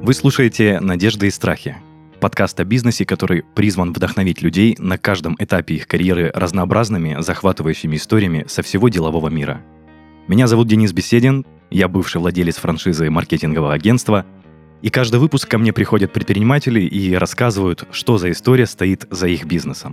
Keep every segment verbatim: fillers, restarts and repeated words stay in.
Вы слушаете «Надежды и страхи» — подкаст о бизнесе, который призван вдохновить людей на каждом этапе их карьеры разнообразными, захватывающими историями со всего делового мира. Меня зовут Денис Беседин, я бывший владелец франшизы маркетингового агентства, и каждый выпуск ко мне приходят предприниматели и рассказывают, что за история стоит за их бизнесом.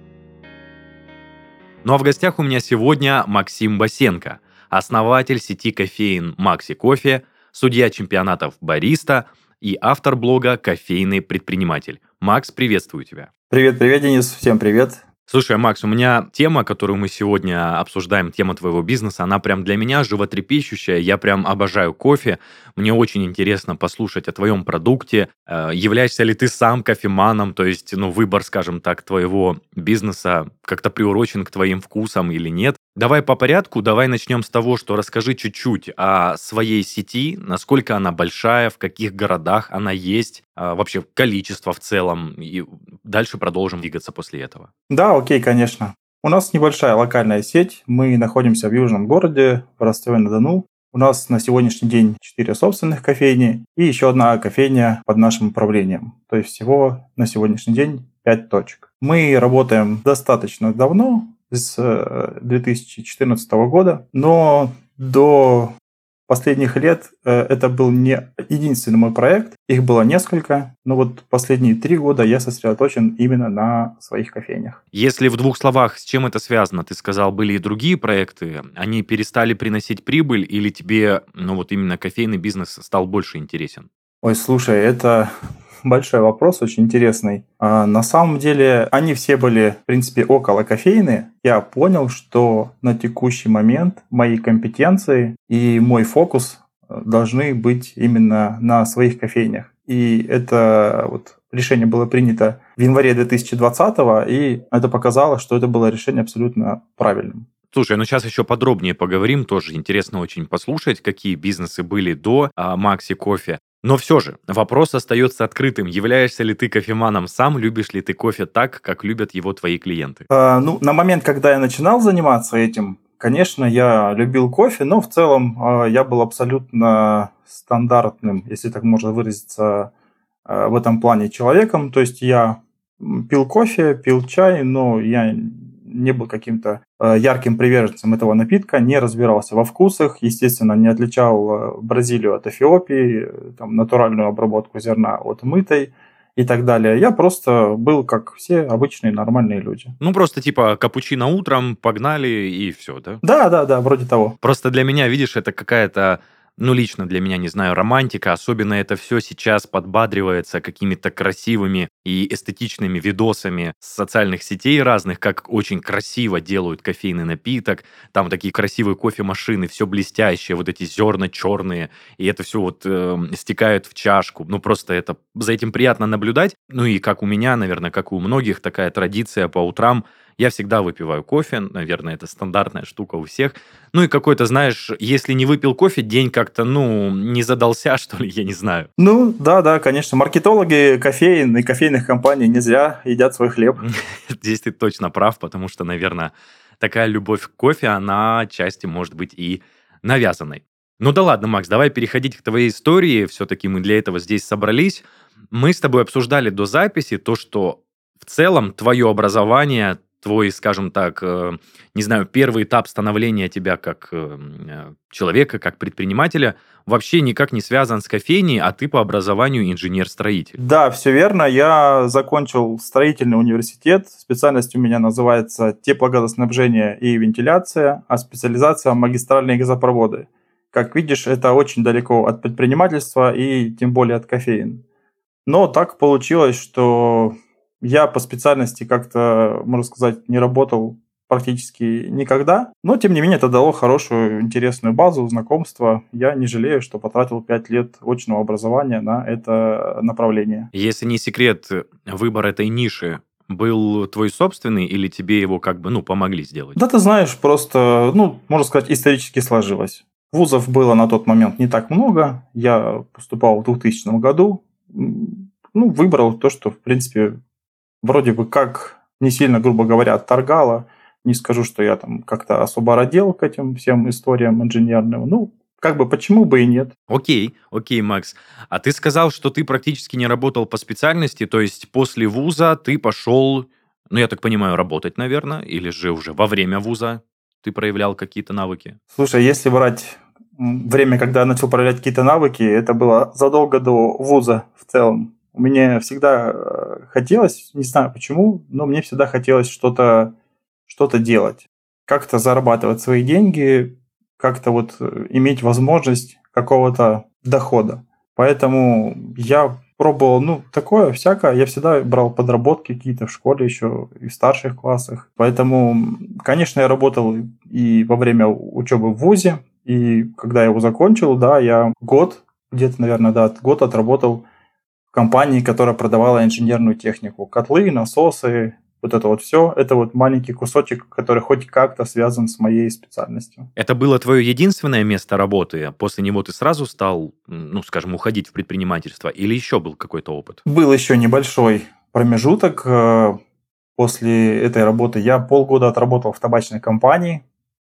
Ну а в гостях у меня сегодня Максим Басенко, основатель сети кофеен «Макси Кофе», судья чемпионатов «Бариста» и автор блога «Кофейный предприниматель». Макс, приветствую тебя. Привет-привет, Денис, всем привет. Слушай, Макс, у меня тема, которую мы сегодня обсуждаем, тема твоего бизнеса, она прям для меня животрепещущая. Я прям обожаю кофе. Мне очень интересно послушать о твоем продукте. Являешься ли ты сам кофеманом? То есть, ну, выбор, скажем так, твоего бизнеса как-то приурочен к твоим вкусам или нет? Давай по порядку, давай начнем с того, что расскажи чуть-чуть о своей сети, насколько она большая, в каких городах она есть, вообще количество в целом, и дальше продолжим двигаться после этого. Да, окей, конечно. У нас небольшая локальная сеть, мы находимся в южном городе, в Ростове-на-Дону. У нас на сегодняшний день четыре собственных кофейни и еще одна кофейня под нашим управлением. То есть всего на сегодняшний день пять точек. Мы работаем достаточно давно, с две тысячи четырнадцатого года, но до последних лет это был не единственный мой проект, их было несколько, но вот последние три года я сосредоточен именно на своих кофейнях. Если в двух словах, с чем это связано? Ты сказал, были и другие проекты, они перестали приносить прибыль или тебе, ну вот именно кофейный бизнес стал больше интересен? Ой, слушай, это большой вопрос, очень интересный. А на самом деле они все были, в принципе, около кофейны. Я понял, что на текущий момент мои компетенции и мой фокус должны быть именно на своих кофейнях. И это вот решение было принято в январе две тысячи двадцатого, и это показало, что это было решение абсолютно правильным. Слушай, ну сейчас еще подробнее поговорим, тоже интересно очень послушать, какие бизнесы были до а, Макси Кофе. Но все же, вопрос остается открытым. Являешься ли ты кофеманом сам? Любишь ли ты кофе так, как любят его твои клиенты? А, ну, на момент, когда я начинал заниматься этим, конечно, я любил кофе, но в целом а, я был абсолютно стандартным, если так можно выразиться, а, в этом плане человеком. То есть я пил кофе, пил чай, но я не был каким-то ярким приверженцем этого напитка, не разбирался во вкусах, естественно, не отличал Бразилию от Эфиопии, там, натуральную обработку зерна от мытой и так далее. Я просто был, как все обычные нормальные люди. Ну, просто типа капучино утром, погнали и все, да? Да, да, да, вроде того. Просто для меня, видишь, это какая-то... Ну, лично для меня, не знаю, романтика, особенно это все сейчас подбадривается какими-то красивыми и эстетичными видосами с социальных сетей разных, как очень красиво делают кофейный напиток, там такие красивые кофемашины, все блестящее, вот эти зерна черные, и это все вот э, стекает в чашку, ну, просто это, за этим приятно наблюдать, ну, и как у меня, наверное, как и у многих, такая традиция по утрам. Я всегда выпиваю кофе, наверное, это стандартная штука у всех. Ну и какой-то, знаешь, если не выпил кофе, день как-то, ну, не задался, что ли, я не знаю. Ну, да-да, конечно. Маркетологи кофеин и кофейных компаний не зря едят свой хлеб. Здесь ты точно прав, потому что, наверное, такая любовь к кофе, она отчасти может быть и навязанной. Ну да ладно, Макс, давай переходить к твоей истории. Все-таки мы для этого здесь собрались. Мы с тобой обсуждали до записи то, что в целом твое образование... твой, скажем так, не знаю, первый этап становления тебя как человека, как предпринимателя, вообще никак не связан с кофейней, а ты по образованию инженер-строитель. Да, все верно. Я закончил строительный университет. Специальность у меня называется теплогазоснабжение и вентиляция, а специализация магистральные газопроводы. Как видишь, это очень далеко от предпринимательства и тем более от кофеин. Но так получилось, что... Я по специальности как-то, можно сказать, не работал практически никогда, но, тем не менее, это дало хорошую, интересную базу, знакомства. Я не жалею, что потратил пять лет очного образования на это направление. Если не секрет, выбор этой ниши был твой собственный или тебе его как бы, ну, помогли сделать? Да, ты знаешь, просто, ну, можно сказать, исторически сложилось. Вузов было на тот момент не так много. Я поступал в двухтысячном году. Ну, выбрал то, что, в принципе, вроде бы как не сильно, грубо говоря, отторгало. Не скажу, что я там как-то особо родил к этим всем историям инженерным. Ну, как бы почему бы и нет. Окей, окей, Макс. А ты сказал, что ты практически не работал по специальности, то есть после вуза ты пошел, ну, я так понимаю, работать, наверное, или же уже во время вуза ты проявлял какие-то навыки? Слушай, если брать м, время, когда я начал проявлять какие-то навыки, это было задолго до вуза в целом. Мне всегда э, хотелось, не знаю почему, но мне всегда хотелось что-то что-то делать, как-то зарабатывать свои деньги, как-то вот э, иметь возможность какого-то дохода. Поэтому я пробовал, ну, такое всякое. Я всегда брал подработки какие-то в школе еще и в старших классах. Поэтому, м, конечно, я работал и во время учебы в ВУЗе, и когда я его закончил, да, я год, где-то, наверное, да, год отработал в компании, которая продавала инженерную технику. Котлы, насосы, вот это вот все. Это вот маленький кусочек, который хоть как-то связан с моей специальностью. Это было твое единственное место работы, а после него ты сразу стал, м, ну, скажем, уходить в предпринимательство, или еще был какой-то опыт? Был еще небольшой промежуток. э, После этой работы я полгода отработал в табачной компании.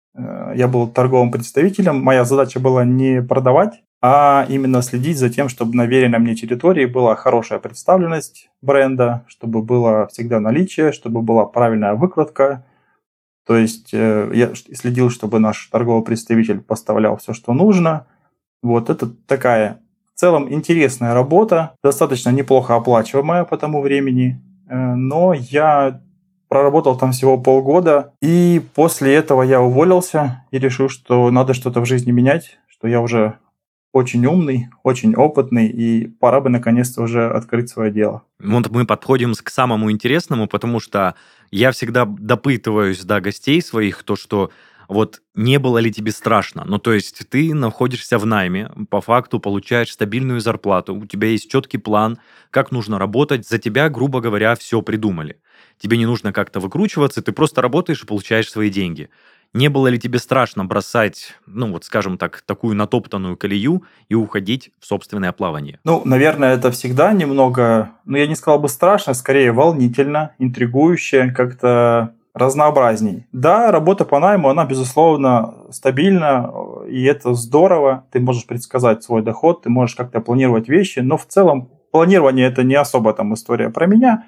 Э, Я был торговым представителем. Моя задача была не продавать, а именно следить за тем, чтобы на веренной мне территории была хорошая представленность бренда, чтобы было всегда наличие, чтобы была правильная выкладка. То есть э, я ш- следил, чтобы наш торговый представитель поставлял все, что нужно. Вот это такая в целом интересная работа, достаточно неплохо оплачиваемая по тому времени. Э, Но я проработал там всего полгода, и после этого я уволился и решил, что надо что-то в жизни менять, что я уже очень умный, очень опытный, и пора бы наконец-то уже открыть свое дело. Вот мы подходим с- к самому интересному, потому что я всегда допытываюсь до гостей своих, то, что вот не было ли тебе страшно? Ну, то есть ты находишься в найме, по факту получаешь стабильную зарплату, у тебя есть четкий план, как нужно работать, за тебя, грубо говоря, все придумали. Тебе не нужно как-то выкручиваться, ты просто работаешь и получаешь свои деньги. Не было ли тебе страшно бросать, ну, вот, скажем так, такую натоптанную колею и уходить в собственное плавание? Ну, наверное, это всегда немного, ну, я не сказал бы страшно, скорее волнительно, интригующе, как-то разнообразней. Да, работа по найму, она, безусловно, стабильна, и это здорово. Ты можешь предсказать свой доход, ты можешь как-то планировать вещи, но в целом планирование – это не особо там история про меня,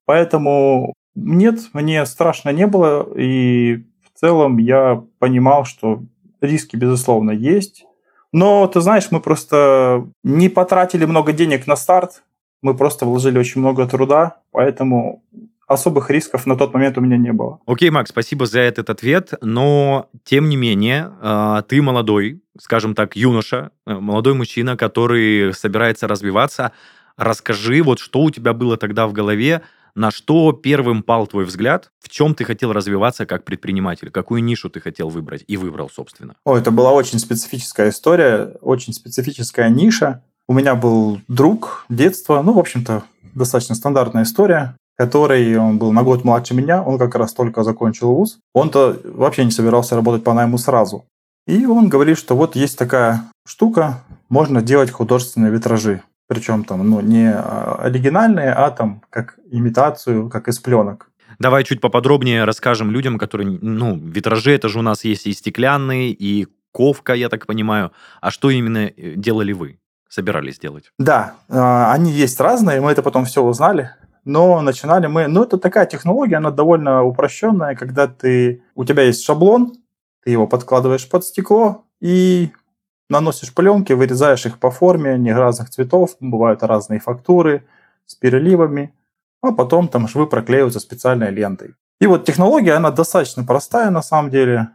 поэтому нет, мне страшно не было, и в целом я понимал, что риски, безусловно, есть. Но, ты знаешь, мы просто не потратили много денег на старт, мы просто вложили очень много труда, поэтому особых рисков на тот момент у меня не было. Окей, Макс, спасибо за этот ответ, но тем не менее, а, ты молодой, скажем так, юноша, э, молодой мужчина, который собирается развиваться. Расскажи, вот что у тебя было тогда в голове, на что первым пал твой взгляд, в чем ты хотел развиваться как предприниматель, какую нишу ты хотел выбрать и выбрал, собственно. О, это была очень специфическая история, очень специфическая ниша. У меня был друг детства, ну, в общем-то, достаточно стандартная история, который он был на год младше меня, он как раз только закончил вуз. Он-то вообще не собирался работать по найму сразу. И он говорит, что вот есть такая штука, можно делать художественные витражи. Причем там, ну, не а, оригинальные, а там как имитацию, как из пленок. Давай чуть поподробнее расскажем людям, которые, ну, витражи, это же у нас есть и стеклянные, и ковка, я так понимаю. А что именно э, делали вы, собирались делать? Да, а, они есть разные, мы это потом все узнали. Но начинали мы... Ну, это такая технология, она довольно упрощенная, когда ты... У тебя есть шаблон, ты его подкладываешь под стекло и наносишь пленки, вырезаешь их по форме, они разных цветов, бывают разные фактуры с переливами, а потом там швы проклеиваются специальной лентой. И вот технология, она достаточно простая на самом деле.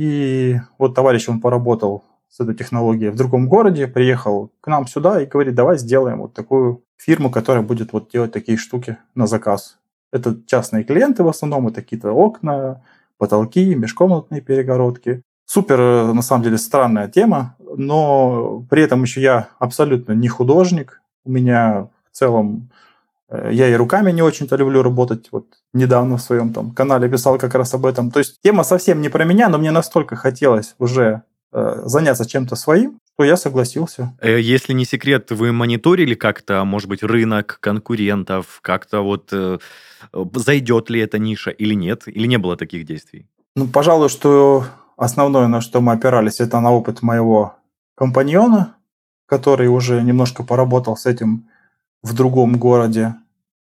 И вот товарищ, он поработал с этой технологией в другом городе, приехал к нам сюда и говорит, давай сделаем вот такую фирму, которая будет вот делать такие штуки на заказ. Это частные клиенты в основном, это какие-то окна, потолки, межкомнатные перегородки. Супер, э, на самом деле, странная тема, но при этом еще я абсолютно не художник. У меня в целом, э, я и руками не очень-то люблю работать. Вот недавно в своем там канале писал как раз об этом. То есть тема совсем не про меня, но мне настолько хотелось уже э, заняться чем-то своим, что я согласился. Э, Если не секрет, вы мониторили как-то, может быть, рынок конкурентов, как-то вот э, э, зайдет ли эта ниша или нет, или не было таких действий? Ну, пожалуй, что основное, на что мы опирались, это на опыт моего компаньона, который уже немножко поработал с этим в другом городе.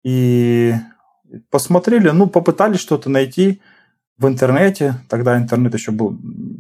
И посмотрели, ну, попытались что-то найти в интернете. Тогда интернет еще был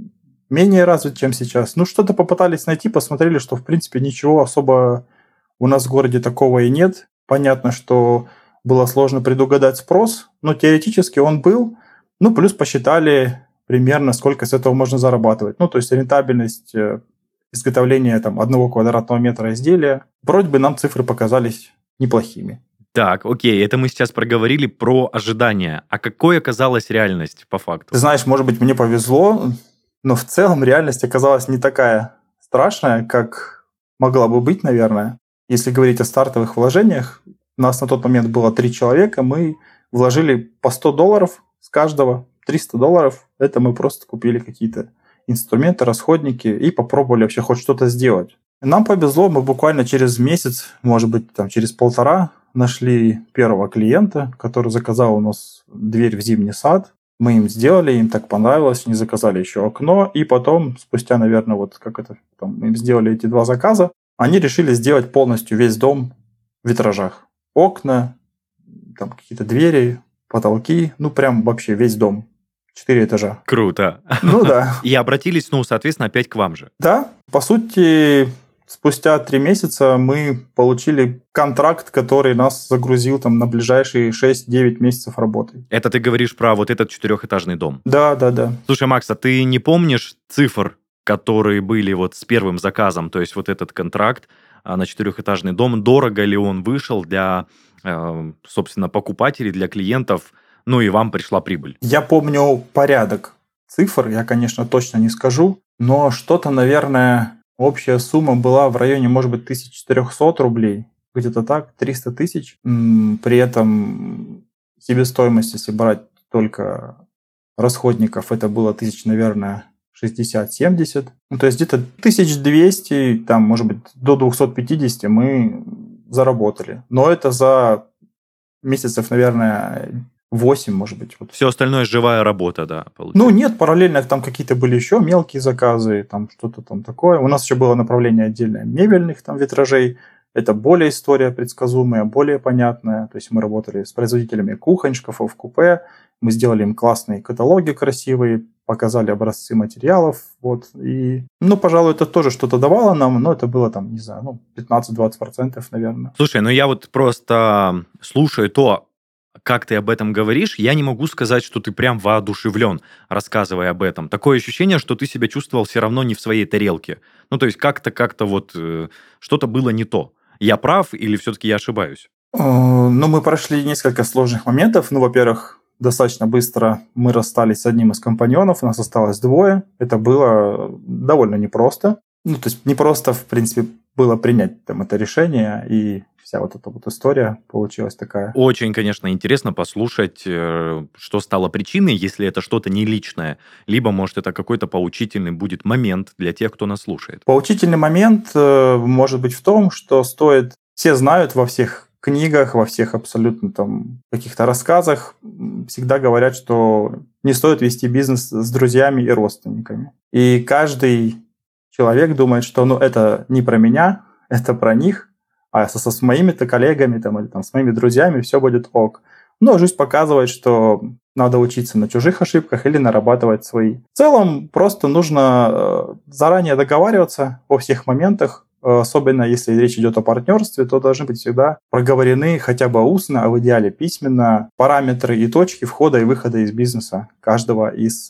менее развит, чем сейчас. Ну, что-то попытались найти, посмотрели, что, в принципе, ничего особо у нас в городе такого и нет. Понятно, что было сложно предугадать спрос, но теоретически он был. Ну, плюс посчитали примерно, сколько с этого можно зарабатывать. Ну, то есть рентабельность изготовления там, одного квадратного метра изделия. Вроде бы нам цифры показались неплохими. Так, окей, это мы сейчас проговорили про ожидания. А какой оказалась реальность по факту? Ты знаешь, может быть, мне повезло, но в целом реальность оказалась не такая страшная, как могла бы быть, наверное. Если говорить о стартовых вложениях, у нас на тот момент было три человека, мы вложили по сто долларов с каждого, триста долларов. Это мы просто купили какие-то инструменты, расходники и попробовали вообще хоть что-то сделать. Нам повезло, мы буквально через месяц, может быть, там, через полтора нашли первого клиента, который заказал у нас дверь в зимний сад. Мы им сделали, им так понравилось, они заказали еще окно, и потом, спустя, наверное, вот как это, там, мы им сделали эти два заказа, они решили сделать полностью весь дом в витражах. Окна, там какие-то двери, потолки, ну прям вообще весь дом. Четыре этажа. Круто. Ну да. И обратились, ну, соответственно, опять к вам же. Да, по сути, спустя три месяца мы получили контракт, который нас загрузил там на ближайшие шесть-девять месяцев работы. Это ты говоришь про вот этот четырехэтажный дом? Да, да, да. Слушай, Макс, а ты не помнишь цифр, которые были вот с первым заказом, то есть вот этот контракт на четырехэтажный дом, дорого ли он вышел для, собственно, покупателей, для клиентов, ну и вам пришла прибыль? Я помню порядок цифр, я, конечно, точно не скажу, но что-то, наверное, общая сумма была в районе, может быть, тысяча четыреста рублей, где-то так, триста тысяч. При этом себестоимость, если брать только расходников, это было тысяч, наверное, шестьдесят-семьдесят. Ну, то есть где-то тысяча двести, там, может быть, до двести пятьдесят мы заработали. Но это за месяцев, наверное, восемь, может быть. Вот. Все остальное живая работа, да, получается. Ну, нет, параллельно там какие-то были еще мелкие заказы, там что-то там такое. У нас еще было направление отдельное мебельных там витражей. Это более история предсказуемая, более понятная. То есть мы работали с производителями кухонь, шкафов, купе. Мы сделали им классные каталоги красивые, показали образцы материалов. Вот. И, ну, пожалуй, это тоже что-то давало нам, но это было там, не знаю, ну, пятнадцать-двадцать процентов, наверное. Слушай, ну я вот просто слушаю то, как ты об этом говоришь, я не могу сказать, что ты прям воодушевлен, рассказывая об этом. Такое ощущение, что ты себя чувствовал все равно не в своей тарелке. Ну, то есть как-то, как-то вот э, что-то было не то. Я прав или все-таки я ошибаюсь? Ну, мы прошли несколько сложных моментов. Ну, во-первых, достаточно быстро мы расстались с одним из компаньонов, у нас осталось двое. Это было довольно непросто. Ну, то есть непросто, в принципе, было принять там это решение, и вся вот эта вот история получилась такая. Очень, конечно, интересно послушать, что стало причиной, если это что-то не личное, либо, может, это какой-то поучительный будет момент для тех, кто нас слушает. Поучительный момент может быть в том, что стоит... Все знают во всех книгах, во всех абсолютно там каких-то рассказах всегда говорят, что не стоит вести бизнес с друзьями и родственниками. И каждый человек думает, что ну, это не про меня, это про них, а со, со с моими-то коллегами там, или там, с моими друзьями все будет ок. Но жизнь показывает, что надо учиться на чужих ошибках или нарабатывать свои. В целом просто нужно заранее договариваться о всех моментах, особенно если речь идет о партнерстве, то должны быть всегда проговорены хотя бы устно, а в идеале письменно параметры и точки входа и выхода из бизнеса каждого из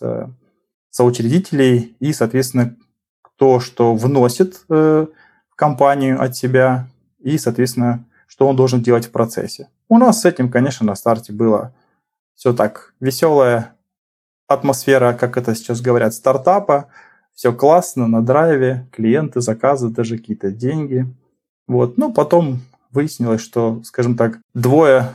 соучредителей и, соответственно, то, что вносит в компанию от себя и, соответственно, что он должен делать в процессе. У нас с этим, конечно, на старте было все так веселая атмосфера, как это сейчас говорят, стартапа. Все классно, на драйве, клиенты, заказы, даже какие-то деньги. Вот. Но потом выяснилось, что, скажем так, двое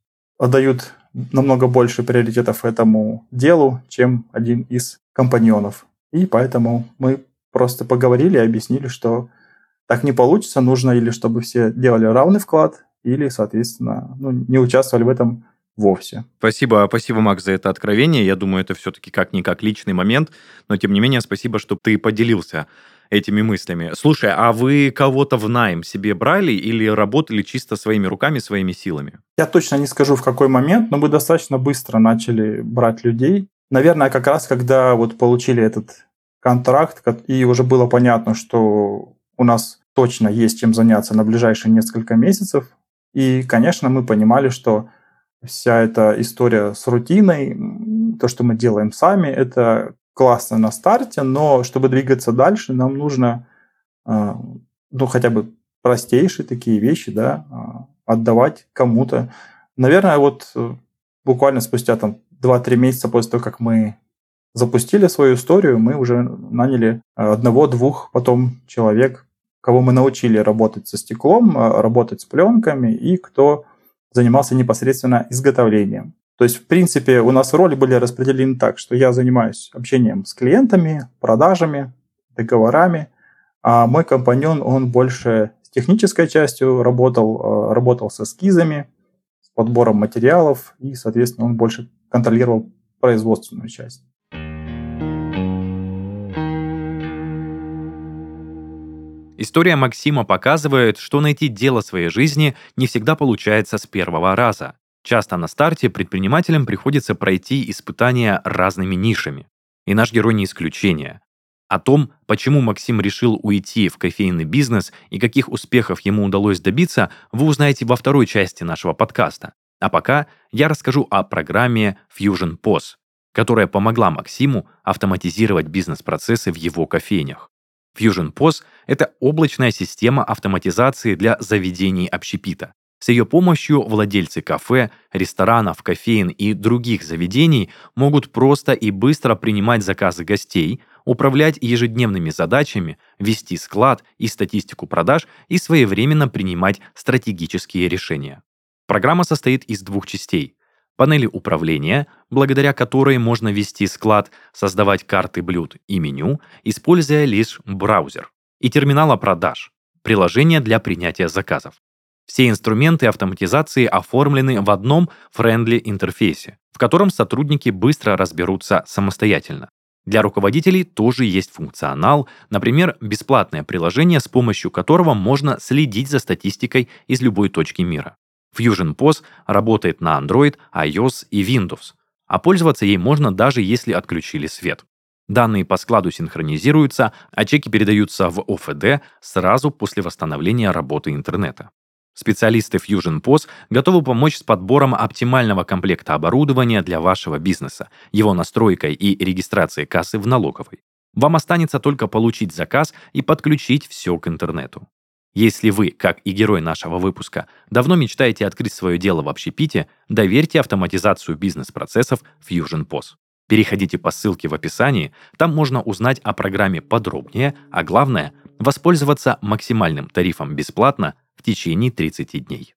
отдают намного больше приоритетов этому делу, чем один из компаньонов. И поэтому мы просто поговорили и объяснили, что так не получится, нужно или чтобы все делали равный вклад, или, соответственно, ну, не участвовали в этом вовсе. Спасибо, спасибо, Макс, за это откровение. Я думаю, это все-таки как-никак личный момент, но тем не менее спасибо, что ты поделился этими мыслями. Слушай, а вы кого-то в найм себе брали или работали чисто своими руками, своими силами? Я точно не скажу, в какой момент, но мы достаточно быстро начали брать людей. Наверное, как раз когда вот получили этот контракт, и уже было понятно, что у нас точно есть чем заняться на ближайшие несколько месяцев. И, конечно, мы понимали, что вся эта история с рутиной, то, что мы делаем сами, это классно на старте, но чтобы двигаться дальше, нам нужно, ну, хотя бы простейшие такие вещи, да, отдавать кому-то. Наверное, вот буквально спустя там два-три месяца после того, как мы запустили свою историю, мы уже наняли одного-двух потом человек, кого мы научили работать со стеклом, работать с пленками и кто занимался непосредственно изготовлением. То есть, в принципе, у нас роли были распределены так, что я занимаюсь общением с клиентами, продажами, договорами, а мой компаньон, он больше с технической частью работал, работал с эскизами, с подбором материалов, и, соответственно, он больше контролировал производственную часть. История Максима показывает, что найти дело своей жизни не всегда получается с первого раза. Часто на старте предпринимателям приходится пройти испытания разными нишами. И наш герой не исключение. О том, почему Максим решил уйти в кофейный бизнес и каких успехов ему удалось добиться, вы узнаете во второй части нашего подкаста. А пока я расскажу о программе Fusion пи о эс, которая помогла Максиму автоматизировать бизнес-процессы в его кофейнях. Fusion пи о эс — это облачная система автоматизации для заведений общепита. С ее помощью владельцы кафе, ресторанов, кофеен и других заведений могут просто и быстро принимать заказы гостей, управлять ежедневными задачами, вести склад и статистику продаж и своевременно принимать стратегические решения. Программа состоит из двух частей. Панели управления, благодаря которой можно вести склад, создавать карты блюд и меню, используя лишь браузер, и терминала продаж, приложение для принятия заказов. Все инструменты автоматизации оформлены в одном friendly интерфейсе, в котором сотрудники быстро разберутся самостоятельно. Для руководителей тоже есть функционал, например, бесплатное приложение, с помощью которого можно следить за статистикой из любой точки мира. Fusion пи о эс работает на Android, iOS и Windows, а пользоваться ей можно даже если отключили свет. Данные по складу синхронизируются, а чеки передаются в о эф дэ сразу после восстановления работы интернета. Специалисты Fusion пи о эс готовы помочь с подбором оптимального комплекта оборудования для вашего бизнеса, его настройкой и регистрацией кассы в налоговой. Вам останется только получить заказ и подключить все к интернету. Если вы, как и герой нашего выпуска, давно мечтаете открыть свое дело в общепите, доверьте автоматизацию бизнес-процессов Fusion пи о эс. Переходите по ссылке в описании, там можно узнать о программе подробнее, а главное – воспользоваться максимальным тарифом бесплатно в течение тридцати дней.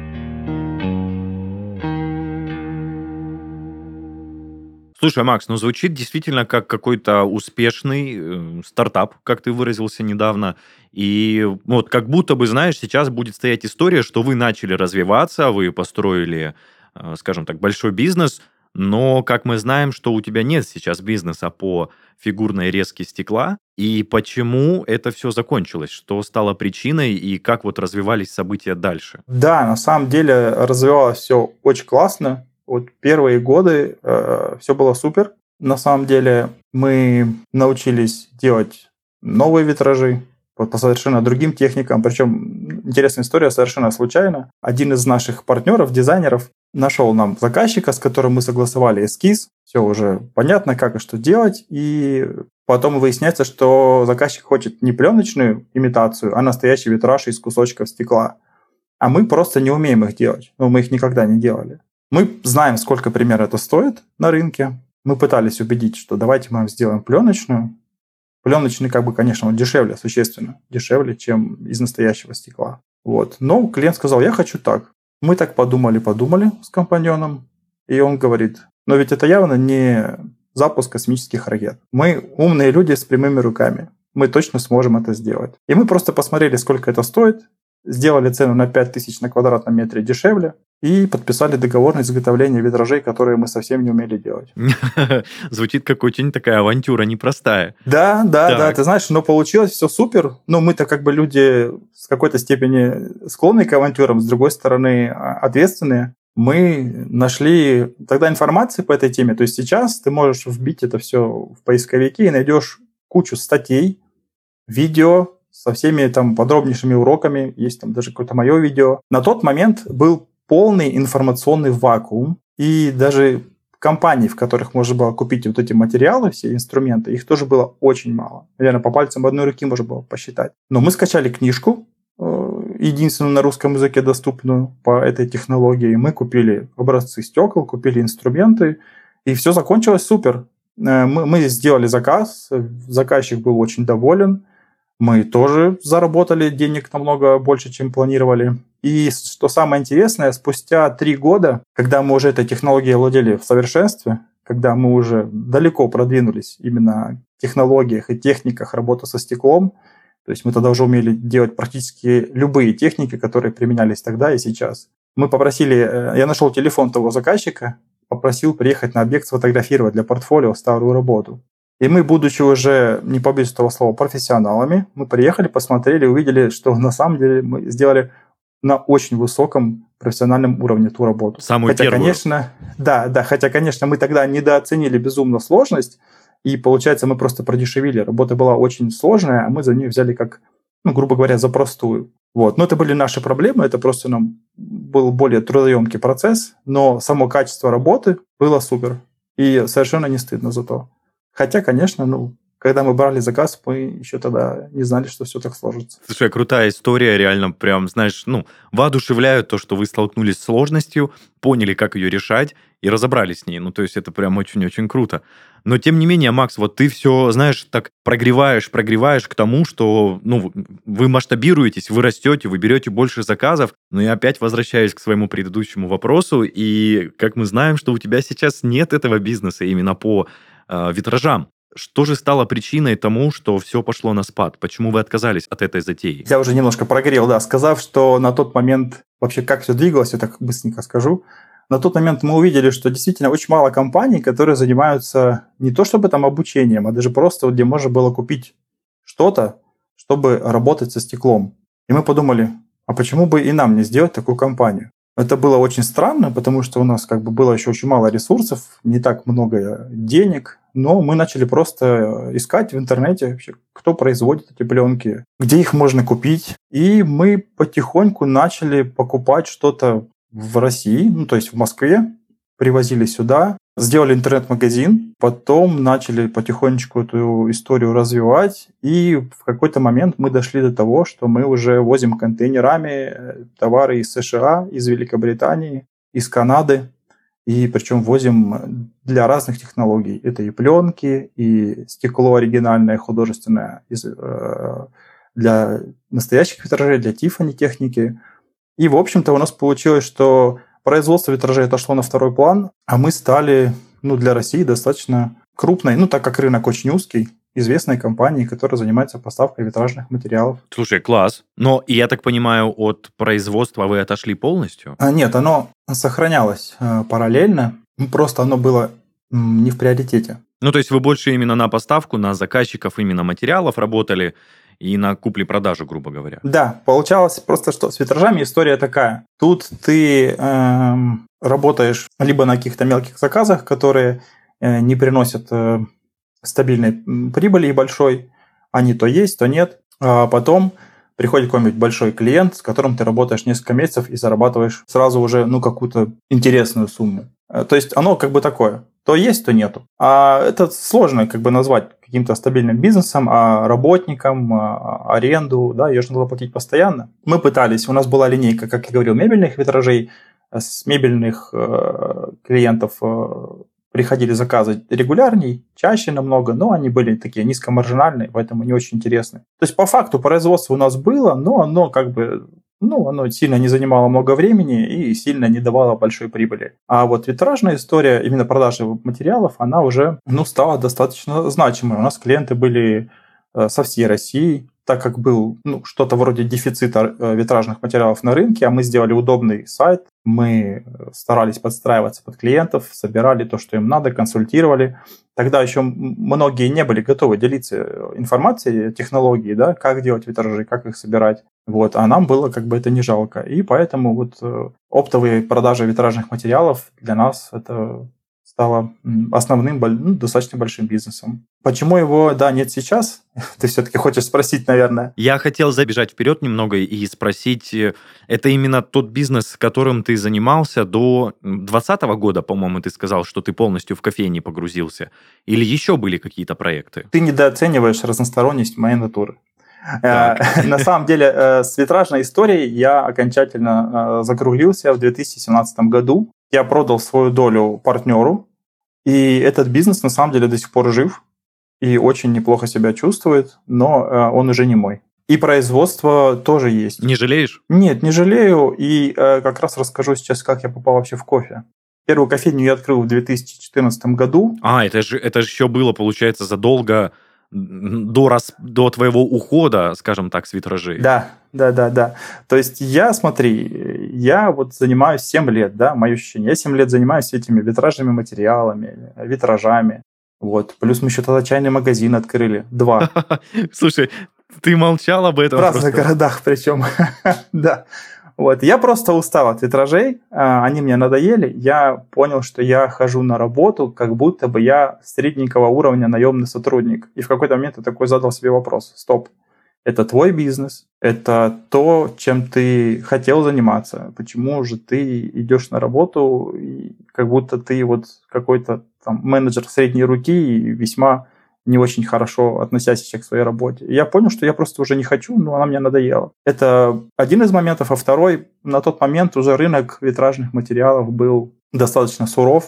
Слушай, Макс, ну звучит действительно как какой-то успешный э, стартап, как ты выразился недавно. И вот как будто бы, знаешь, сейчас будет стоять история, что вы начали развиваться, вы построили, э, скажем так, большой бизнес, но, как мы знаем, что у тебя нет сейчас бизнеса по фигурной резке стекла. И почему это все закончилось? Что стало причиной и как вот развивались события дальше? Да, на самом деле развивалось все очень классно. Вот первые годы э, все было супер. На самом деле мы научились делать новые витражи по, по совершенно другим техникам. Причем интересная история, совершенно случайно. Один из наших партнеров, дизайнеров, нашел нам заказчика, с которым мы согласовали эскиз. Все уже понятно, как и что делать. И потом выясняется, что заказчик хочет не пленочную имитацию, а настоящий витраж из кусочков стекла. А мы просто не умеем их делать. Ну, мы их никогда не делали. Мы знаем, сколько примерно это стоит на рынке. Мы пытались убедить, что давайте мы сделаем пленочную. Пленочный, как бы, конечно, он дешевле, существенно дешевле, чем из настоящего стекла. Вот. Но клиент сказал, я хочу так. Мы так подумали, подумали с компаньоном. И он говорит, но ведь это явно не запуск космических ракет. Мы умные люди с прямыми руками. Мы точно сможем это сделать. И мы просто посмотрели, сколько это стоит. сделали цену на пять тысяч на квадратном метре дешевле и подписали договор на изготовление витражей, которые мы совсем не умели делать. Звучит как очень такая авантюра непростая. Да, да, да, ты знаешь, но получилось все супер. Ну, мы-то как бы люди с какой-то степени склонны к авантюрам, с другой стороны, ответственные. Мы нашли тогда информации по этой теме. То есть сейчас ты можешь вбить это все в поисковики и найдешь кучу статей, видео со всеми там подробнейшими уроками. Есть там даже какое-то мое видео. На тот момент был полный информационный вакуум. И даже компаний, в которых можно было купить вот эти материалы, все инструменты, их тоже было очень мало. Наверное, по пальцам одной руки можно было посчитать. Но мы скачали книжку, единственную на русском языке доступную по этой технологии. Мы купили образцы стекол, купили инструменты, и все закончилось супер. Мы, мы сделали заказ, заказчик был очень доволен, мы тоже заработали денег намного больше, чем планировали. И что самое интересное, спустя три года, когда мы уже этой технологией владели в совершенстве, когда мы уже далеко продвинулись именно в технологиях и техниках работы со стеклом, то есть мы тогда уже умели делать практически любые техники, которые применялись тогда и сейчас. Мы попросили, я нашел телефон того заказчика, попросил приехать на объект сфотографировать для портфолио старую работу. И мы, будучи уже, не побоюсь этого слова, профессионалами, мы приехали, посмотрели, увидели, что на самом деле мы сделали на очень высоком профессиональном уровне ту работу. Самую хотя, первую. Конечно, да, да, хотя, конечно, мы тогда недооценили безумно сложность, и, получается, мы просто продешевили. Работа была очень сложная, а мы за нее взяли как, ну, грубо говоря, за простую. Вот. Но это были наши проблемы, это просто нам был более трудоемкий процесс, но само качество работы было супер. И совершенно не стыдно за то. Хотя, конечно, ну, когда мы брали заказ, мы еще тогда не знали, что все так сложится. Слушай, крутая история, реально прям, знаешь, ну, воодушевляют то, что вы столкнулись с сложностью, поняли, как ее решать и разобрались с ней. Ну, то есть это прям очень-очень круто. Но, тем не менее, Макс, вот ты все, знаешь, так прогреваешь, прогреваешь к тому, что, ну, вы масштабируетесь, вы растете, вы берете больше заказов. Но я опять возвращаюсь к своему предыдущему вопросу, и как мы знаем, что у тебя сейчас нет этого бизнеса именно по э, витражам. Что же стало причиной тому, что все пошло на спад? Почему вы отказались от этой затеи? Я уже немножко прогрел, да, сказав, что на тот момент вообще как все двигалось, я так быстренько скажу. На тот момент мы увидели, что действительно очень мало компаний, которые занимаются не то чтобы там обучением, а даже просто где можно было купить что-то, чтобы работать со стеклом. И мы подумали, а почему бы и нам не сделать такую компанию? Это было очень странно, потому что у нас как бы было еще очень мало ресурсов, не так много денег, но мы начали просто искать в интернете вообще, кто производит эти пленки, где их можно купить. И мы потихоньку начали покупать что-то в России, ну то есть в Москве, привозили сюда, сделали интернет-магазин, потом начали потихонечку эту историю развивать, и в какой-то момент мы дошли до того, что мы уже возим контейнерами товары из США, из Великобритании, из Канады, и причем возим для разных технологий. Это и пленки, и стекло оригинальное, художественное из, э, для настоящих витражей, для Тиффани техники. И, в общем-то, у нас получилось, что производство витражей отошло на второй план, а мы стали, ну, для России достаточно крупной, ну, так как рынок очень узкий, известной компанией, которая занимается поставкой витражных материалов. Слушай, класс. Но, я так понимаю, от производства вы отошли полностью? А, нет, оно сохранялось э, параллельно, просто оно было м, не в приоритете. Ну, то есть вы больше именно на поставку, на заказчиков именно материалов работали, и на купле-продажу, грубо говоря. Да, получалось просто, что с витражами история такая. Тут ты э, работаешь либо на каких-то мелких заказах, которые э, не приносят э, стабильной прибыли и большой. Они то есть, то нет. А потом приходит какой-нибудь большой клиент, с которым ты работаешь несколько месяцев и зарабатываешь сразу уже ну, какую-то интересную сумму. То есть оно как бы такое. То есть, то нету. А это сложно как бы назвать каким-то стабильным бизнесом, а работникам, а аренду, да, ее же надо платить постоянно. Мы пытались, у нас была линейка, как я говорил, мебельных витражей, с мебельных э, клиентов э, приходили заказы регулярней, чаще намного, но они были такие низкомаржинальные, поэтому не очень интересные. То есть по факту производство у нас было, но оно как бы ну, оно сильно не занимало много времени и сильно не давало большой прибыли. А вот витражная история, именно продажи материалов, она уже ну, стала достаточно значимой. У нас клиенты были со всей России, так как был ну, что-то вроде дефицита витражных материалов на рынке, а мы сделали удобный сайт, мы старались подстраиваться под клиентов, собирали то, что им надо, консультировали. Тогда еще многие не были готовы делиться информацией, технологией, да, как делать витражи, как их собирать. Вот, а нам было как бы это не жалко. И поэтому вот оптовые продажи витражных материалов для нас это стало основным, ну, достаточно большим бизнесом. Почему его, да, нет сейчас? Ты все-таки хочешь спросить, наверное. Я хотел забежать вперед немного и спросить, это именно тот бизнес, которым ты занимался до двадцатого года, по-моему, ты сказал, что ты полностью в кофейне погрузился? Или еще были какие-то проекты? Ты недооцениваешь разносторонность моей натуры. На самом деле, с витражной историей я окончательно закруглился в две тысячи семнадцатом году. Я продал свою долю партнеру, и этот бизнес на самом деле до сих пор жив и очень неплохо себя чувствует, но он уже не мой. И производство тоже есть. Не жалеешь? Нет, не жалею, и как раз расскажу сейчас, как я попал вообще в кофе. Первую кофейню я открыл в две тысячи четырнадцатом году. А, это же, это же еще было, получается, задолго до, рас... до твоего ухода, скажем так, с витражей. Да, да, да, да. То есть я, смотри, я вот занимаюсь семь лет, да, мое ощущение. Я семь лет занимаюсь этими витражными материалами, витражами. Вот. Плюс мы еще тогда чайный магазин открыли. Два. Слушай, ты молчал об этом. В разных просто. городах причем. Да. Вот. Я просто устал от витражей, они мне надоели. Я понял, что я хожу на работу, как будто бы я средненького уровня наемный сотрудник. И в какой-то момент я такой задал себе вопрос. Стоп. Это твой бизнес, это то, чем ты хотел заниматься. Почему же ты идешь на работу, и как будто ты вот какой-то там менеджер средней руки и весьма не очень хорошо относящийся к своей работе. И я понял, что я просто уже не хочу, но она мне надоела. Это один из моментов, а второй, на тот момент уже рынок витражных материалов был достаточно суров.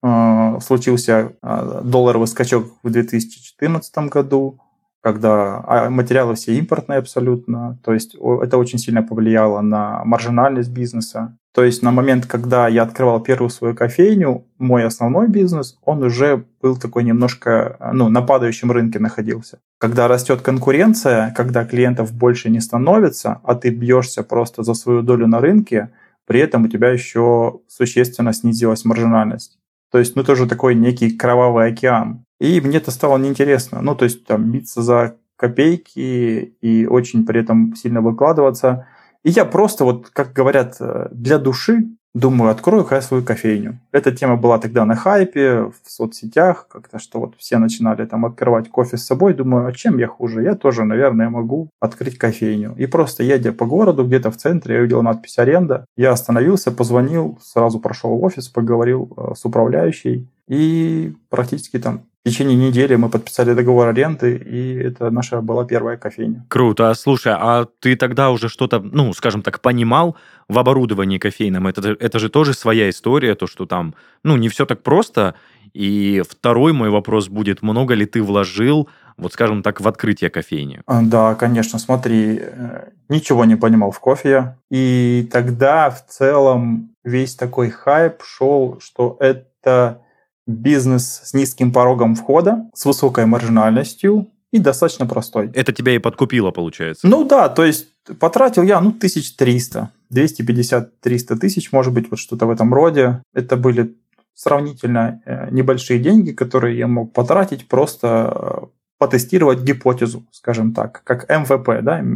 Случился долларовый скачок в две тысячи четырнадцатом году, когда материалы все импортные абсолютно, то есть это очень сильно повлияло на маржинальность бизнеса. То есть на момент, когда я открывал первую свою кофейню, мой основной бизнес, он уже был такой немножко, ну, на падающем рынке находился. Когда растет конкуренция, когда клиентов больше не становится, а ты бьешься просто за свою долю на рынке, при этом у тебя еще существенно снизилась маржинальность. То есть, ну, тоже такой некий кровавый океан. И мне это стало неинтересно. Ну, то есть, там, биться за копейки и очень при этом сильно выкладываться. И я просто, вот, как говорят, для души думаю, открою-ка я свою кофейню. Эта тема была тогда на хайпе, в соцсетях, как-то, что вот все начинали там открывать кофе с собой. Думаю, а чем я хуже? Я тоже, наверное, могу открыть кофейню. И просто едя по городу, где-то в центре, я увидел надпись «Аренда». Я остановился, позвонил, сразу прошел в офис, поговорил с управляющей. И практически там в течение недели мы подписали договор аренды, и это наша была первая кофейня. Круто. Слушай, а ты тогда уже что-то, ну, скажем так, понимал в оборудовании кофейном? Это, это же тоже своя история, то, что там, ну, не все так просто. И второй мой вопрос будет, много ли ты вложил, вот скажем так, в открытие кофейни? Да, конечно, смотри, ничего не понимал в кофе. И тогда в целом весь такой хайп шел, что это бизнес с низким порогом входа, с высокой маржинальностью и достаточно простой. Это тебя и подкупило, получается? Ну да, то есть потратил я, ну, тысяч триста, двести пятьдесят - триста тысяч, может быть, вот что-то в этом роде. Это были сравнительно небольшие деньги, которые я мог потратить, просто потестировать гипотезу, скажем так, как эм вэ пэ, да,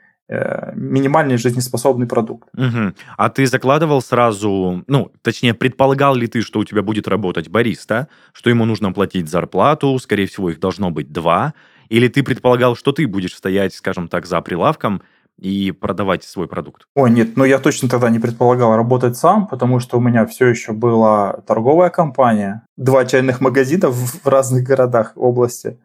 минимальный жизнеспособный продукт. Угу. А ты закладывал сразу, ну, точнее, предполагал ли ты, что у тебя будет работать бариста, что ему нужно платить зарплату, скорее всего, их должно быть два, или ты предполагал, что ты будешь стоять, скажем так, за прилавком и продавать свой продукт? Ой, нет, ну я точно тогда не предполагал работать сам, потому что у меня все еще была торговая компания, два чайных магазина в разных городах области,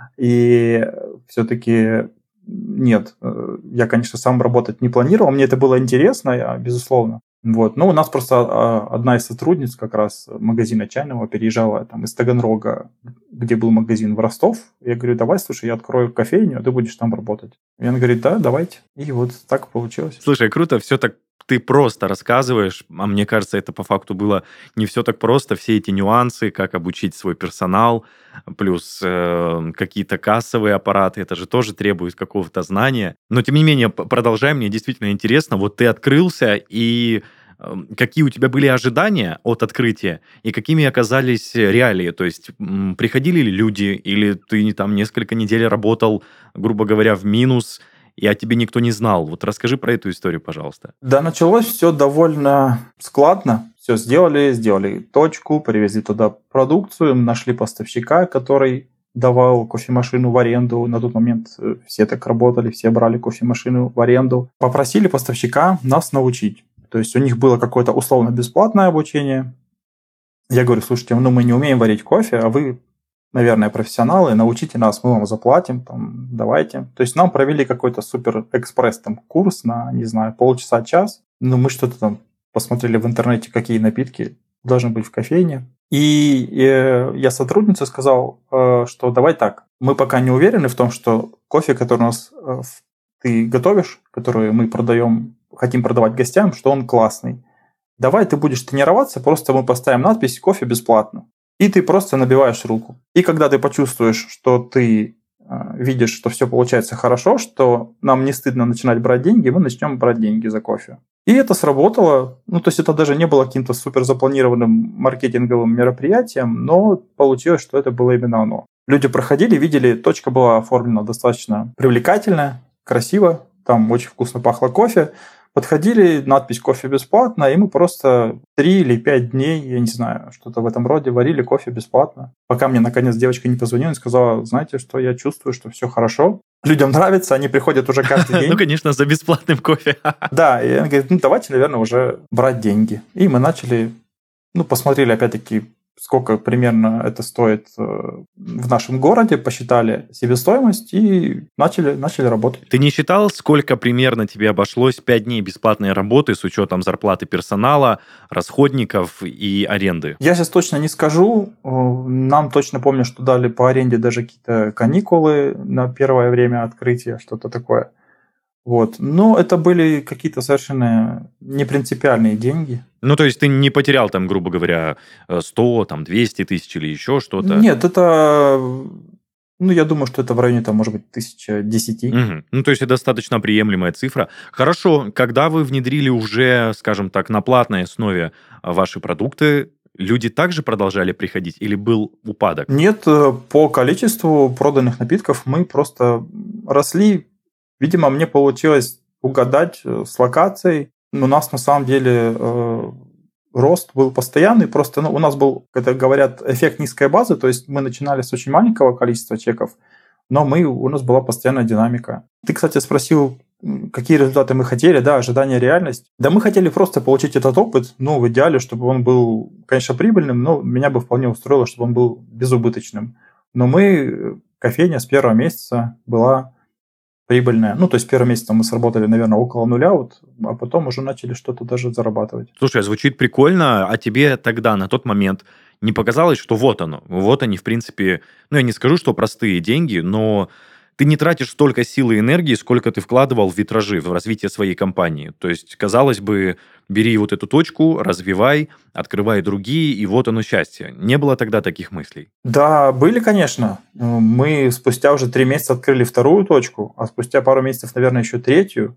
и все-таки... Нет, я, конечно, сам работать не планировал, мне это было интересно, безусловно. Вот. Но у нас просто одна из сотрудниц как раз магазина чайного переезжала там, из Таганрога где был магазин, в Ростов. Я говорю, давай, слушай, я открою кофейню, а ты будешь там работать. И он говорит, да, давайте. И вот так получилось. Слушай, круто, все так ты просто рассказываешь, а мне кажется, это по факту было не все так просто, все эти нюансы, как обучить свой персонал, плюс э, какие-то кассовые аппараты, это же тоже требует какого-то знания. Но, тем не менее, п- продолжай, мне действительно интересно, вот ты открылся, и э, какие у тебя были ожидания от открытия, и какими оказались реалии, то есть м, приходили ли люди, или ты там несколько недель работал, грубо говоря, в минус, и о тебе никто не знал. Вот расскажи про эту историю, пожалуйста. Да, началось все довольно складно. Все сделали, сделали точку, привезли туда продукцию, нашли поставщика, который давал кофемашину в аренду. На тот момент э, все так работали, все брали кофемашину в аренду. Попросили поставщика нас научить. То есть у них было какое-то условно бесплатное обучение. Я говорю, слушайте, ну мы не умеем варить кофе, а вы, наверное, профессионалы, научите нас, мы вам заплатим, там, давайте. То есть нам провели какой-то супер экспресс там курс на, не знаю, полчаса, час. Ну, мы что-то там посмотрели в интернете, какие напитки должны быть в кофейне. И э, я сотруднице сказал, э, что давай так, мы пока не уверены в том, что кофе, который у нас э, ты готовишь, который мы продаем, хотим продавать гостям, что он классный. Давай ты будешь тренироваться, просто мы поставим надпись «кофе бесплатно». И ты просто набиваешь руку. И когда ты почувствуешь, что ты э, видишь, что все получается хорошо, что нам не стыдно начинать брать деньги, мы начнем брать деньги за кофе. И это сработало. Ну, то есть это даже не было каким-то супер запланированным маркетинговым мероприятием, но получилось, что это было именно оно. Люди проходили, видели, точка была оформлена достаточно привлекательно, красиво, там очень вкусно пахло кофе. Подходили, надпись «кофе бесплатно», и мы просто три или пять дней, я не знаю, что-то в этом роде, варили кофе бесплатно. Пока мне, наконец, девочка не позвонила и сказала, знаете, что я чувствую, что все хорошо. Людям нравится, они приходят уже каждый день. Ну, конечно, за бесплатным кофе. Да, и она говорит, ну, давайте, наверное, уже брать деньги. И мы начали, ну, посмотрели, опять-таки, сколько примерно это стоит в нашем городе, посчитали себестоимость и начали, начали работать. Ты не считал, сколько примерно тебе обошлось пять дней бесплатной работы с учетом зарплаты персонала, расходников и аренды? Я сейчас точно не скажу. Нам точно помню, что дали по аренде даже какие-то каникулы на первое время открытия, что-то такое. Вот. Но это были какие-то совершенно непринципиальные деньги. Ну, то есть ты не потерял там, грубо говоря, сто, там, двести тысяч или еще что-то? Нет, это... Ну, я думаю, что это в районе, там, может быть, тысяча десяти. Угу. Ну, то есть это достаточно приемлемая цифра. Хорошо, когда вы внедрили уже, скажем так, на платной основе ваши продукты, люди также продолжали приходить или был упадок? Нет, по количеству проданных напитков мы просто росли. Видимо, мне получилось угадать с локацией. У нас на самом деле э, рост был постоянный. Просто ну, у нас был, как говорят, эффект низкой базы. То есть мы начинали с очень маленького количества чеков, но мы, у нас была постоянная динамика. Ты, кстати, спросил, какие результаты мы хотели. Да, ожидание, реальность. Да мы хотели просто получить этот опыт. Ну, в идеале, чтобы он был, конечно, прибыльным, но меня бы вполне устроило, чтобы он был безубыточным. Но мы, кофейня с первого месяца была прибыльная. Ну, то есть первый месяц мы сработали, наверное, около нуля, вот, а потом уже начали что-то даже зарабатывать. Слушай, звучит прикольно, а тебе тогда, на тот момент, не показалось, что вот оно, вот они, в принципе, ну, я не скажу, что простые деньги, но ты не тратишь столько сил и энергии, сколько ты вкладывал в витражи, в развитие своей компании. То есть, казалось бы, бери вот эту точку, развивай, открывай другие, и вот оно счастье. Не было тогда таких мыслей? Да, были, конечно. Мы спустя уже три месяца открыли вторую точку, а спустя пару месяцев, наверное, еще третью.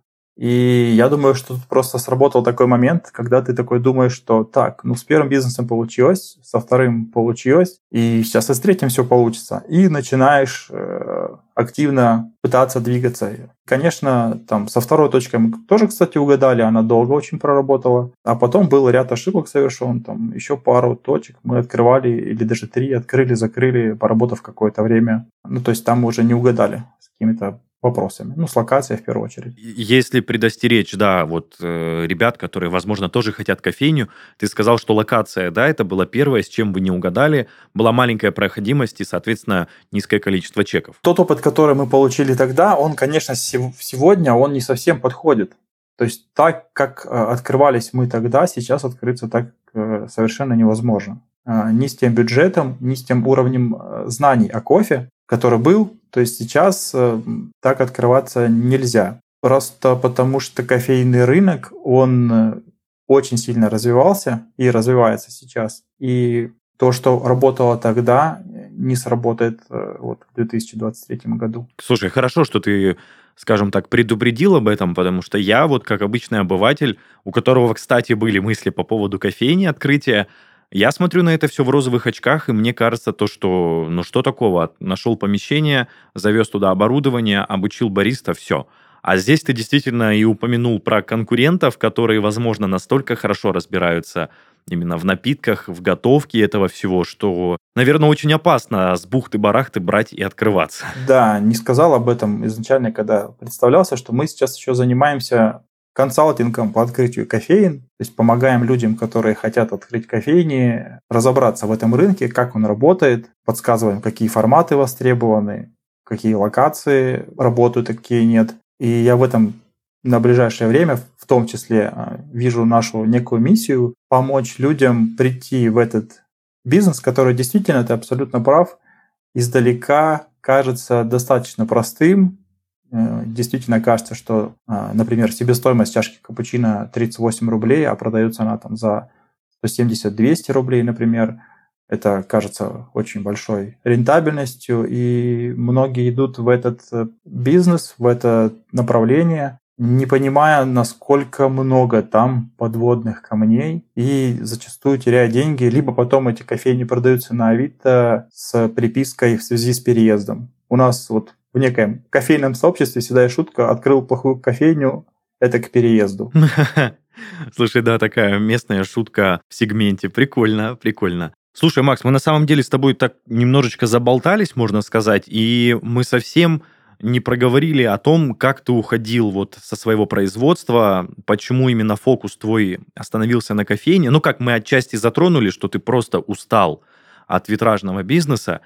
И я думаю, что тут просто сработал такой момент, когда ты такой думаешь, что так, ну с первым бизнесом получилось, со вторым получилось, и сейчас и с третьим все получится. И начинаешь э, активно пытаться двигаться. Конечно, там со второй точкой мы тоже, кстати, угадали, она долго очень проработала. А потом был ряд ошибок совершен, там еще пару точек мы открывали, или даже три открыли, закрыли, поработав какое-то время. Ну, то есть там мы уже не угадали с какими-то вопросами. Ну, с локацией в первую очередь. Если предостеречь, да, вот э, ребят, которые, возможно, тоже хотят кофейню, ты сказал, что локация, да, это было первое, с чем вы не угадали, была маленькая проходимость и, соответственно, низкое количество чеков. Тот опыт, который мы получили тогда, он, конечно, сегодня он не совсем подходит. То есть так, как открывались мы тогда, сейчас открыться так совершенно невозможно. а, ни с тем бюджетом, ни с тем уровнем а, знаний о кофе, который был. То есть сейчас а, так открываться нельзя. Просто потому что кофейный рынок, он а, очень сильно развивался и развивается сейчас. И то, что работало тогда, не сработает а, вот, в две тысячи двадцать третьем году. Слушай, хорошо, что ты, скажем так, предупредил об этом, потому что я вот как обычный обыватель, у которого, кстати, были мысли по поводу кофейни, открытия, я смотрю на это все в розовых очках, и мне кажется то, что ну что такого, нашел помещение, завез туда оборудование, обучил бариста, все. А здесь ты действительно и упомянул про конкурентов, которые, возможно, настолько хорошо разбираются именно в напитках, в готовке этого всего, что, наверное, очень опасно с бухты-барахты брать и открываться. Да, не сказал об этом изначально, когда представлялся, что мы сейчас еще занимаемся консалтингом по открытию кофеин, то есть помогаем людям, которые хотят открыть кофейни, разобраться в этом рынке, как он работает, подсказываем, какие форматы востребованы, какие локации работают, а какие нет. И я в этом на ближайшее время, в том числе, вижу нашу некую миссию помочь людям прийти в этот бизнес, который действительно, ты абсолютно прав, издалека кажется достаточно простым. Действительно кажется, что, например, себестоимость чашки капучино тридцать восемь рублей, а продается она там за сто семьдесят - двести рублей, например. Это кажется очень большой рентабельностью, и многие идут в этот бизнес, в это направление, не понимая, насколько много там подводных камней, и зачастую теряя деньги, либо потом эти кофейни продаются на Авито с припиской в связи с переездом. У нас вот в некоем кофейном сообществе всегда есть шутка: открыл плохую кофейню, это к переезду. Слушай, да, такая местная шутка в сегменте. Прикольно, прикольно. Слушай, Макс, мы на самом деле с тобой так немножечко заболтались, можно сказать, и мы совсем не проговорили о том, как ты уходил вот со своего производства, почему именно фокус твой остановился на кофейне. Ну, как мы отчасти затронули, что ты просто устал от витражного бизнеса.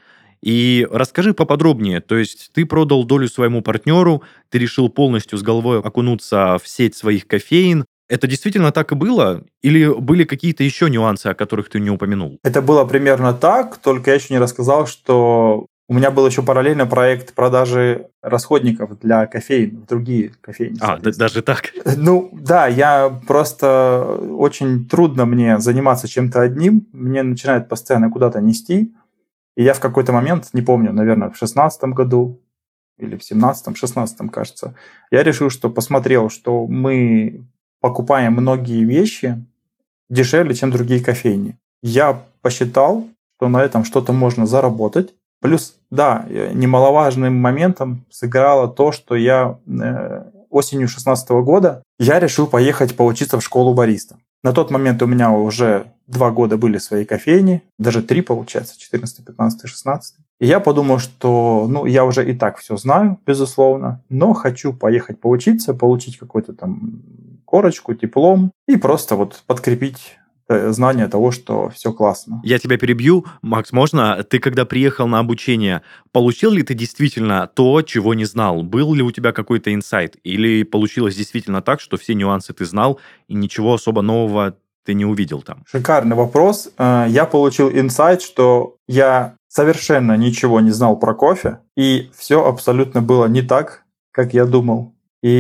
И расскажи поподробнее, то есть ты продал долю своему партнеру, ты решил полностью с головой окунуться в сеть своих кофеин. Это действительно так и было? Или были какие-то еще нюансы, о которых ты не упомянул? Это было примерно так, только я еще не рассказал, что у меня был еще параллельно проект продажи расходников для кофеин в другие кофейни. А, да, даже так? Ну, да, я просто... Очень трудно мне заниматься чем-то одним, мне начинает постоянно куда-то нести, и я в какой-то момент, не помню, наверное, в шестнадцатом году или в семнадцатом, шестнадцатом, кажется, я решил, что посмотрел, что мы покупаем многие вещи дешевле, чем другие кофейни. Я посчитал, что на этом что-то можно заработать. Плюс, да, немаловажным моментом сыграло то, что я э, осенью шестнадцатого года я решил поехать поучиться в школу бариста. На тот момент у меня уже два года были свои кофейни, даже три, получается, четырнадцатый, пятнадцатый, шестнадцатый. И я подумал, что ну, я уже и так все знаю, безусловно, но хочу поехать поучиться, получить какую-то там корочку, диплом и просто вот подкрепить знание того, что все классно. Я тебя перебью. Макс, можно? Ты когда приехал на обучение, получил ли ты действительно то, чего не знал? Был ли у тебя какой-то инсайт? Или получилось действительно так, что все нюансы ты знал, и ничего особо нового ты не увидел там? Шикарный вопрос. Я получил инсайт, что я совершенно ничего не знал про кофе, и все абсолютно было не так, как я думал.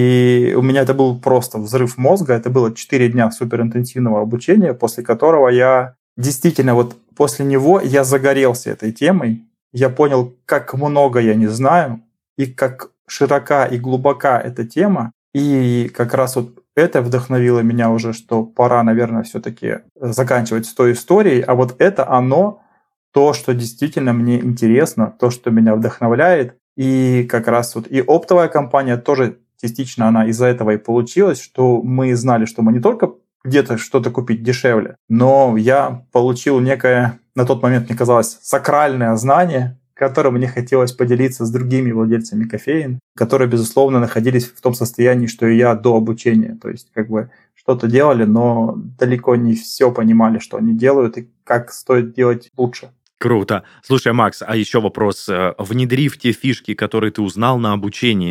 И у меня это был просто взрыв мозга. Это было четыре дня суперинтенсивного обучения, после которого я действительно, вот после него я загорелся этой темой. Я понял, как много я не знаю, и как широка и глубока эта тема. И как раз вот это вдохновило меня уже, что пора, наверное, все-таки заканчивать с той историей. А вот это оно, то, что действительно мне интересно, то, что меня вдохновляет. И как раз вот и оптовая компания тоже частично она из-за этого и получилась, что мы знали, что мы не только где-то что-то купить дешевле, но я получил некое, на тот момент мне казалось, сакральное знание, которым мне хотелось поделиться с другими владельцами кофеин, которые, безусловно, находились в том состоянии, что и я до обучения. То есть как бы что-то делали, но далеко не все понимали, что они делают и как стоит делать лучше. Круто. Слушай, Макс, а еще вопрос. Внедрив те фишки, которые ты узнал на обучении,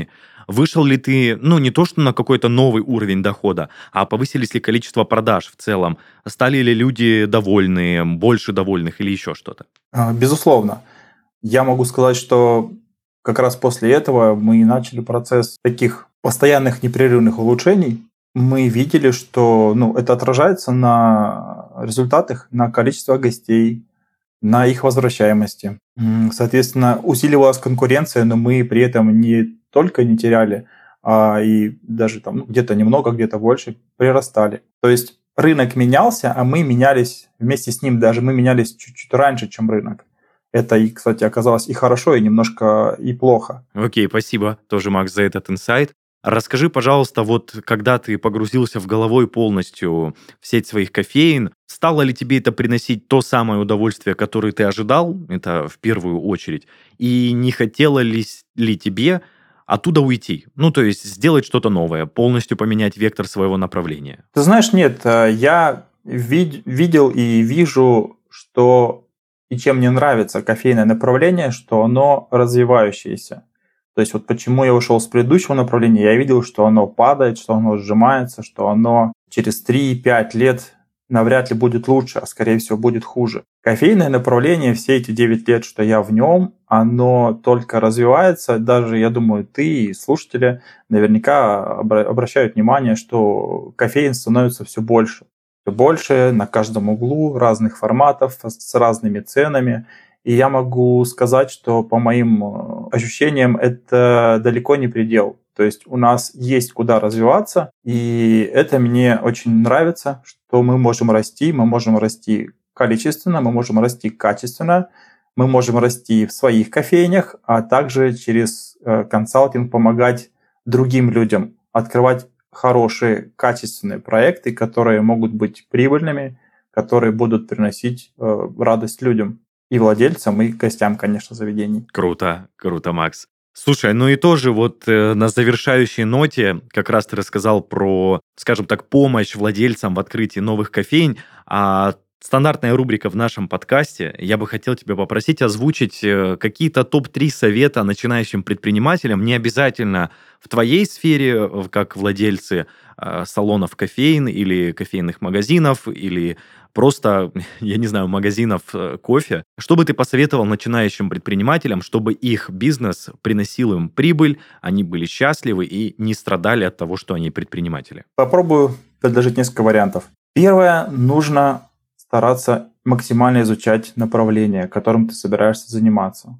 Вышел ли ты, ну, не то что на какой-то новый уровень дохода, а повысились ли количество продаж в целом? Стали ли люди довольны, больше довольных или еще что-то? А, Безусловно. Я могу сказать, что как раз после этого мы начали процесс таких постоянных непрерывных улучшений. Мы видели, что ну, это отражается на результатах, на количестве гостей, на их возвращаемости. М, Соответственно, усиливалась конкуренция, но мы при этом не только не теряли, а и даже там ну, где-то немного, где-то больше прирастали. То есть рынок менялся, а мы менялись вместе с ним, даже мы менялись чуть-чуть раньше, чем рынок. Это, и, кстати, оказалось и хорошо, и немножко и плохо. Окей, спасибо тоже, Макс, за этот инсайт. Расскажи, пожалуйста, вот когда ты погрузился в головой полностью в сеть своих кофеин, стало ли тебе это приносить то самое удовольствие, которое ты ожидал, это в первую очередь, и не хотело ли, с- ли тебе оттуда уйти? Ну, то есть сделать что-то новое, полностью поменять вектор своего направления. Ты знаешь, нет, э, я вид- видел и вижу, что и чем мне нравится кофейное направление, что оно развивающееся. То есть вот почему я ушел с предыдущего направления, я видел, что оно падает, что оно сжимается, что оно через три-пять лет навряд ли будет лучше, а скорее всего будет хуже. Кофейное направление, все эти девять лет, что я в нем, оно только развивается. Даже, я думаю, ты и слушатели наверняка обра- обращают внимание, что кофеин становится все больше. Все больше на каждом углу, разных форматов, с разными ценами. И я могу сказать, что по моим э, ощущениям это далеко не предел. То есть у нас есть куда развиваться, и это мне очень нравится, что мы можем расти, мы можем расти количественно, мы можем расти качественно, мы можем расти в своих кофейнях, а также через э, консалтинг помогать другим людям открывать хорошие, качественные проекты, которые могут быть прибыльными, которые будут приносить э, радость людям. И владельцам, и гостям, конечно, заведений. Круто, круто, Макс. Слушай, ну и тоже вот э, на завершающей ноте как раз ты рассказал про, скажем так, помощь владельцам в открытии новых кофейн. А стандартная рубрика в нашем подкасте. Я бы хотел тебя попросить озвучить э, какие-то топ три совета начинающим предпринимателям. Не обязательно в твоей сфере, э, как владельцы э, салонов кофеин или кофейных магазинов, или просто, я не знаю, магазинов э, кофе. Что бы ты посоветовал начинающим предпринимателям, чтобы их бизнес приносил им прибыль, они были счастливы и не страдали от того, что они предприниматели? Попробую предложить несколько вариантов. Первое, нужно стараться максимально изучать направление, которым ты собираешься заниматься.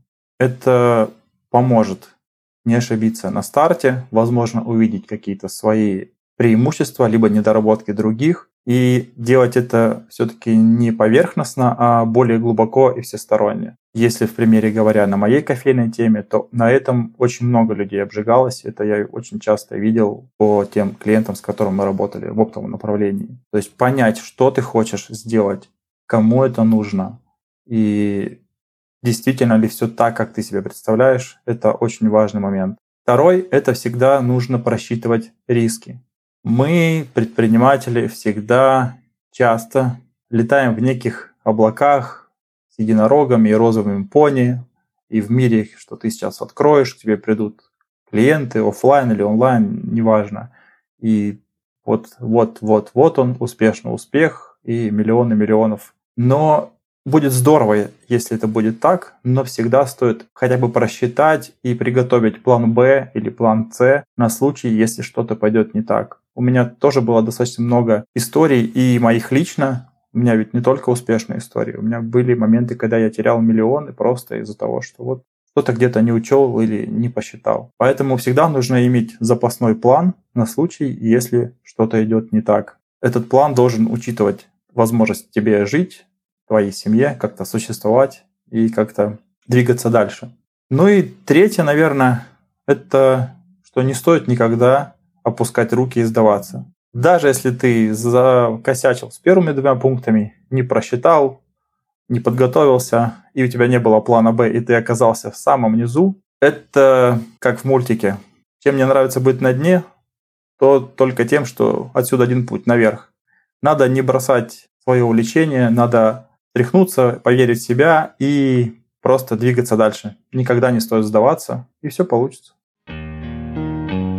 Это поможет не ошибиться на старте, возможно, увидеть какие-то свои преимущества, либо недоработки других, и делать это все-таки не поверхностно, а более глубоко и всесторонне. Если в примере говоря на моей кофейной теме, то на этом очень много людей обжигалось. Это я очень часто видел по тем клиентам, с которыми мы работали в оптовом направлении. То есть понять, что ты хочешь сделать, кому это нужно, и действительно ли все так, как ты себе представляешь, это очень важный момент. Второй– это всегда нужно просчитывать риски. Мы, предприниматели, всегда часто летаем в неких облаках с единорогами и розовыми пони, и в мире, что ты сейчас откроешь, к тебе придут клиенты, оффлайн или онлайн, неважно. И вот, вот, вот, вот он, успешный успех и миллионы миллионов. Но будет здорово, если это будет так, но всегда стоит хотя бы просчитать и приготовить план Б или план С на случай, если что-то пойдет не так. У меня тоже было достаточно много историй, и моих лично. У меня ведь не только успешные истории. У меня были моменты, когда я терял миллионы просто из-за того, что вот кто-то где-то не учел или не посчитал. Поэтому всегда нужно иметь запасной план на случай, если что-то идет не так. Этот план должен учитывать возможность тебе жить, твоей семье, как-то существовать и как-то двигаться дальше. Ну и третье, наверное, это что не стоит никогда опускать руки и сдаваться. Даже если ты закосячил с первыми двумя пунктами, не просчитал, не подготовился, и у тебя не было плана Б, и ты оказался в самом низу, это как в мультике. Чем мне нравится быть на дне, то только тем, что отсюда один путь наверх. Надо не бросать свое увлечение, надо тряхнуться, поверить в себя и просто двигаться дальше. Никогда не стоит сдаваться, и все получится.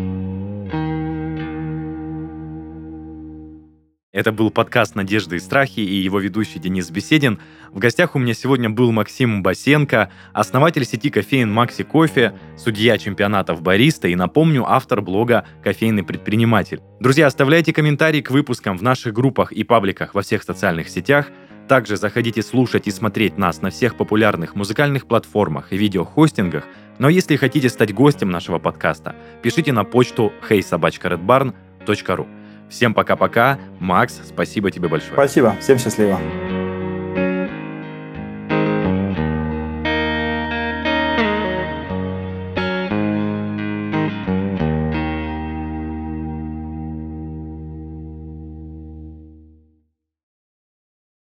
Это был подкаст «Надежды и страхи» и его ведущий Денис Беседин. В гостях у меня сегодня был Максим Басенко, основатель сети кофеен «Макси Кофе», судья чемпионатов «Бариста» и, напомню, автор блога «Кофейный предприниматель». Друзья, оставляйте комментарии к выпускам в наших группах и пабликах во всех социальных сетях. Также заходите слушать и смотреть нас на всех популярных музыкальных платформах и видеохостингах. Но если хотите стать гостем нашего подкаста, пишите на почту хей собака ред барн точка ру. Всем пока-пока. Макс, спасибо тебе большое. Спасибо. Всем счастливо.